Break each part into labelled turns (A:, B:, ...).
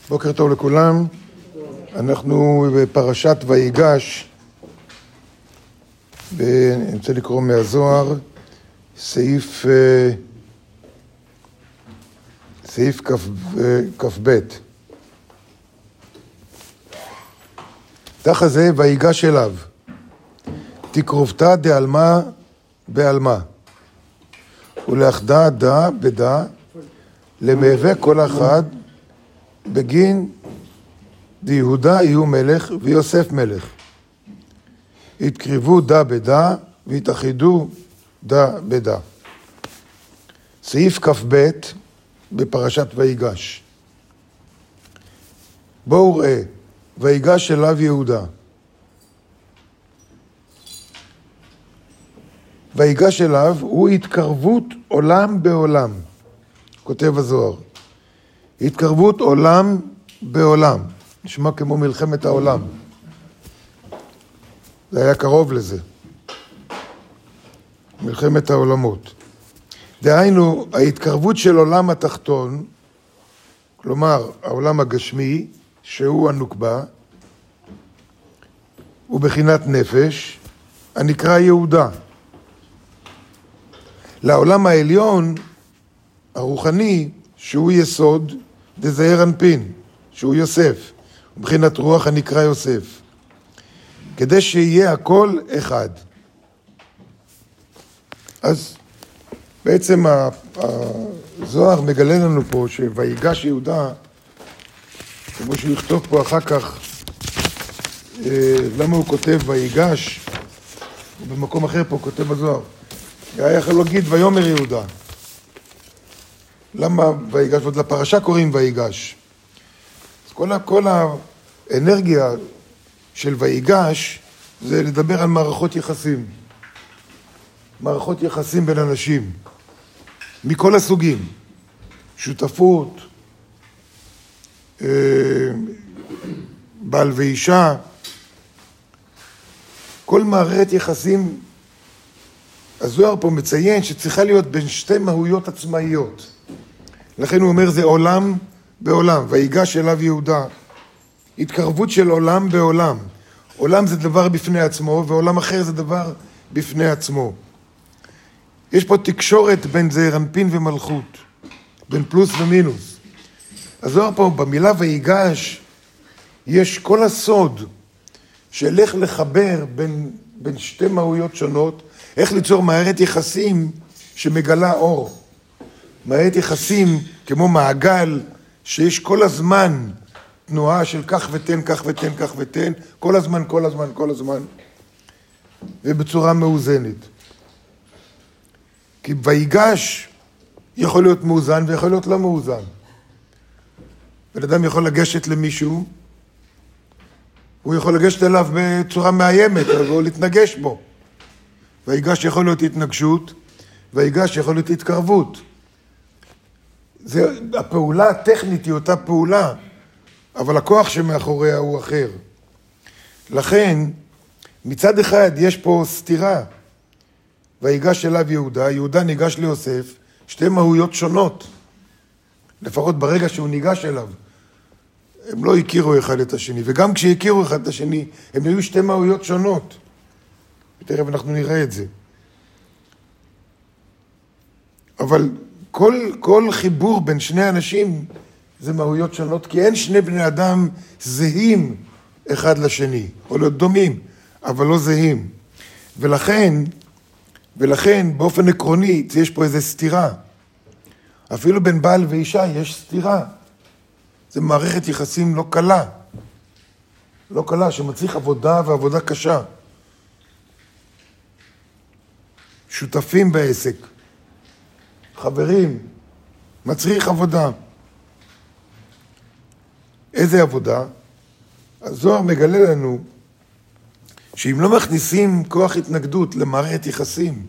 A: בוקר טוב לכולם. אנחנו בפרשת ויגש, אני רוצה לקרוא מהזוהר, סעיף כ"ב. תחת זה ויגש אליו, תקרובתא דעלמא בעלמא, ולאחדה דה בדה, למהווה כל אחד בגין דיהודה יהיו מלך ויוסף מלך. התקרבו דה בדה והתאחדו דה בדה. סעיף כ"ב בפרשת ויגש. בואו ראה, ויגש אליו יהודה. ויגש אליו הוא התקרבות עולם בעולם, כותב הזוהר. התקרבות עולם בעולם. נשמע כמו מלחמת העולם. זה היה קרוב לזה. מלחמת העולמות. דהיינו, ההתקרבות של עולם התחתון, כלומר, העולם הגשמי, שהוא הנוקבה, הוא בחינת נפש, הנקרא יהודה. לעולם העליון, הרוחני, שהוא יסוד, דזעיר אנפין, שהוא יוסף, מבחינת רוח הנקרא יוסף, כדי שיהיה הכל אחד. אז בעצם הזוהר מגלה לנו פה שויגש יהודה, כמו שהוא יכתוב פה אחר כך, למה הוא כותב ויגש, ובמקום אחר פה כותב הזוהר, היה יכול להגיד ויאמר יהודה. למה ויגש? ועוד לפרשה קוראים ויגש. אז כל האנרגיה של ויגש זה לדבר על מערכות יחסים. מערכות יחסים בין אנשים. מכל הסוגים. שותפות, בעל ואישה. כל מערכת יחסים, הזוהר פה מציין שצריכה להיות בין שתי מהויות עצמאיות. לכן הוא אומר זה עולם בעולם, ויגש אליו יהודה. התקרבות של עולם בעולם. עולם זה דבר בפני עצמו, ועולם אחר זה דבר בפני עצמו. יש פה תקשורת בין זעיר אנפין ומלכות, בין פלוס ומינוס. הזוהר פה במילה ויגש, יש כל הסוד של איך לחבר בין שתי מהויות שונות, איך ליצור מערכת יחסים שמגלה אור. מערכת יחסים כמו מעגל שיש כל הזמן תנועה של כך ותן, כך ותן, כך ותן, כל הזמן, כל הזמן, כל הזמן, ובצורה מאוזנת. כי ויגש יכול להיות מאוזן ויכול להיות לא מאוזן. בן אדם יכול לגשת למישהו, הוא יכול לגשת אליו בצורה מאיימת, או להתנגש בו. ויגש יכול להיות התנגשות, ויגש יכול להיות התקרבות. הפעולה הטכנית היא אותה פעולה, אבל הכוח שמאחוריה הוא אחר. לכן, מצד אחד יש פה סתירה. ויגש אליו יהודה, יהודה ניגש ליוסף, שתי מהויות שונות. לפחות ברגע שהוא ניגש אליו. הם לא הכירו אחד את השני, וגם כשהכירו אחד את השני, הם היו שתי מהויות שונות. תכף אנחנו נראה את זה. אבל כל חיבור בין שני אנשים זה מהויות שונות, כי אין שני בני אדם זהים אחד לשני, או לא דומים, אבל לא זהים. ולכן באופן עקרוני יש פה איזו סתירה. אפילו בין בעל ואישה יש סתירה. זה מערכת יחסים לא קלה. לא קלה, שמצריך עבודה ועבודה קשה. שותפים בעסק. חברים, מצריך עבודה. איזה עבודה? הזוהר מגלה לנו שאם לא מכניסים כוח התנגדות למערכת יחסים,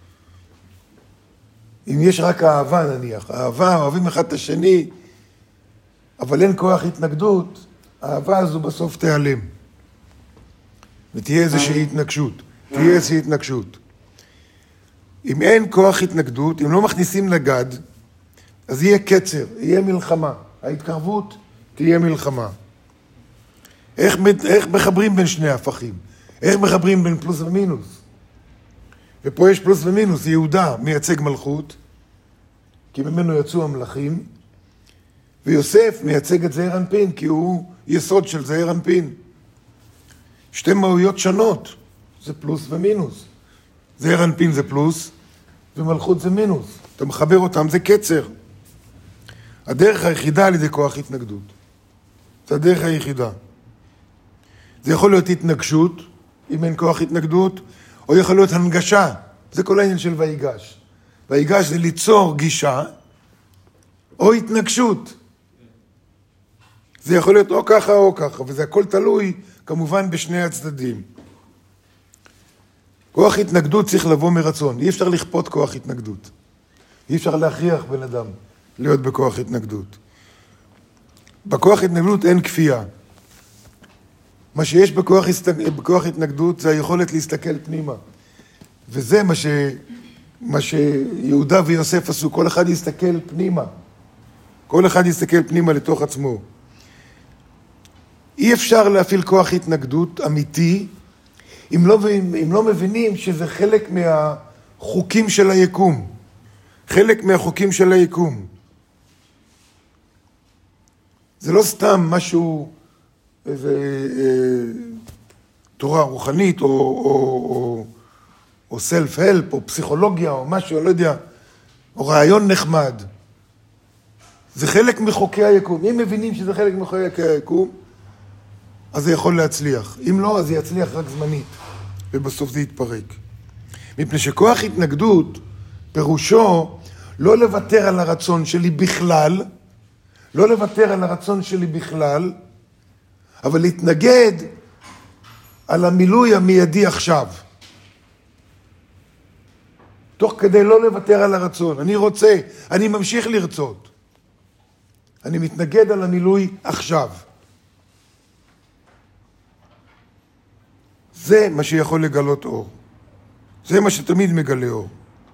A: אם יש רק אהבה נניח, אהבה, אוהבים אחד את השני, אבל אין כוח התנגדות, האהבה הזו בסוף תיעלם. ותהיה איזושהי התנגשות. אם אין כוח התנגדות, אם לא מכניסים לגד, אז יהיה קצר, יהיה מלחמה. ההתקרבות תהיה מלחמה. איך מחברים בין שני הפכים? איך מחברים בין פלוס ומינוס? ופה יש פלוס ומינוס. יהודה מייצג מלכות, כי ממנו יצאו המלכים, ויוסף מייצג את זעיר אנפין, כי הוא יסוד של זעיר אנפין. שתי מהויות שונות, זה פלוס ומינוס. זעיר אנפין זה פלוס, ומלכות זה מינוס. אתה מחבר אותם, זה קצר. הדרך היחידה על ידי כוח התנגדות. זה הדרך היחידה. זה יכול להיות התנגשות, אם אין כוח התנגדות, או יכול להיות הנגשה. זה כל העניין של ויגש. ויגש זה ליצור גישה, או התנגשות. זה יכול להיות או ככה או ככה, וזה הכל תלוי כמובן בשני הצדדים. כוח התנגדות צריך לבוא מרצון. אי אפשר לכפות כוח התנגדות. אי אפשר להכריח בן אדם להיות בכוח התנגדות. בכוח התנגדות אין כפייה. מה שיש בכוח התנגדות זה היכולת להסתכל פנימה. וזה מה שיהודה ויוסף עשו. כל אחד יסתכל פנימה. כל אחד יסתכל פנימה לתוך עצמו. אי אפשר להפעיל כוח התנגדות אמיתי, אם לא מבינים שזה חלק מהחוקים של היקום. חלק מהחוקים של היקום. זה לא סתם משהו, איזה תורה רוחנית, או self-help, או פסיכולוגיה, או משהו, לא יודע, או רעיון נחמד. זה חלק מחוקי היקום. אם מבינים שזה חלק מחוקי היקום, אז זה יכול להצליח. אם לא, אז זה יצליח רק זמנית, ובסוף זה יתפרק. מפני שכוח התנגדות, פירושו לא לוותר על הרצון שלי בכלל, לא לוותר על הרצון שלי בכלל, אבל להתנגד על המילוי המיידי עכשיו. תוך כדי לא לוותר על הרצון. אני רוצה, אני ממשיך לרצות. אני מתנגד על המילוי עכשיו. זה מה שיכול לגלות אור. זה מה שתמיד מגלה אור.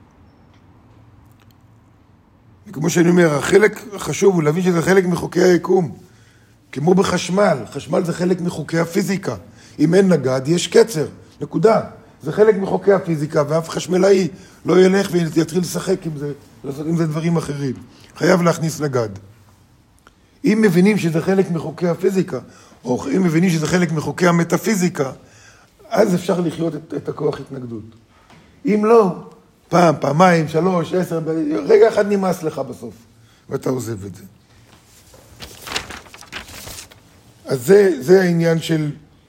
A: וכמו שאני אומר, החלק החשוב הוא להבין שזה חלק מחוקי היקום. כמו בחשמל. חשמל זה חלק מחוקי הפיזיקה. אם אין נגד, יש קצר. נקודה. זה חלק מחוקי הפיזיקה, ואף חשמלאי לא ילך ויתחיל לשחק עם זה, לעשות עם זה דברים אחרים. חייב להכניס נגד. אם מבינים שזה חלק מחוקי הפיזיקה, או אם מבינים שזה חלק מחוקי המטאפיזיקה, אז אפשר לחיות את הכוח התנגדות. אם לא, פעם, פעמיים, 3, 10, רגע אחד נמאס לך בסוף, ואתה עוזב את זה. אז זה העניין של,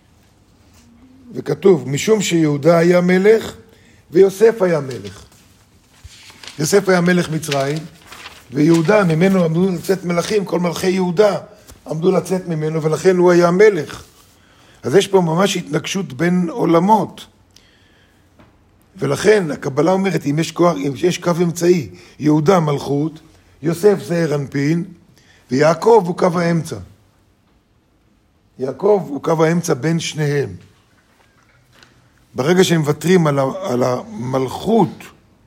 A: וכתוב, משום שיהודה היה מלך, ויוסף היה מלך. יוסף היה מלך מצרים, ויהודה, ממנו עמדו לצאת מלכים, כל מלכי יהודה עמדו לצאת ממנו, ולכן הוא היה מלך. אז יש פה ממש התנגשות בין עולמות. ולכן הקבלה אומרת, אם יש קו אמצעי, יהודה מלכות, יוסף זעיר אנפין, ויעקב הוא קו האמצע. יעקב הוא קו האמצע בין שניהם. ברגע שהם מוותרים על המלכות,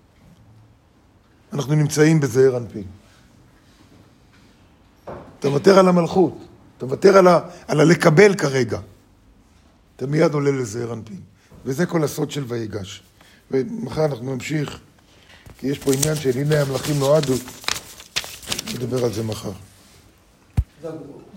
A: אנחנו נמצאים בזעיר אנפין. אתה מוותר על המלכות, אתה מוותר על הלקבל כרגע. אתה מיד עולה לזעיר אנפין. וזה כל הסוד של ויגש. ומחר אנחנו נמשיך, כי יש פה עניין של הנה המלכים נועדו, נדבר על זה מחר.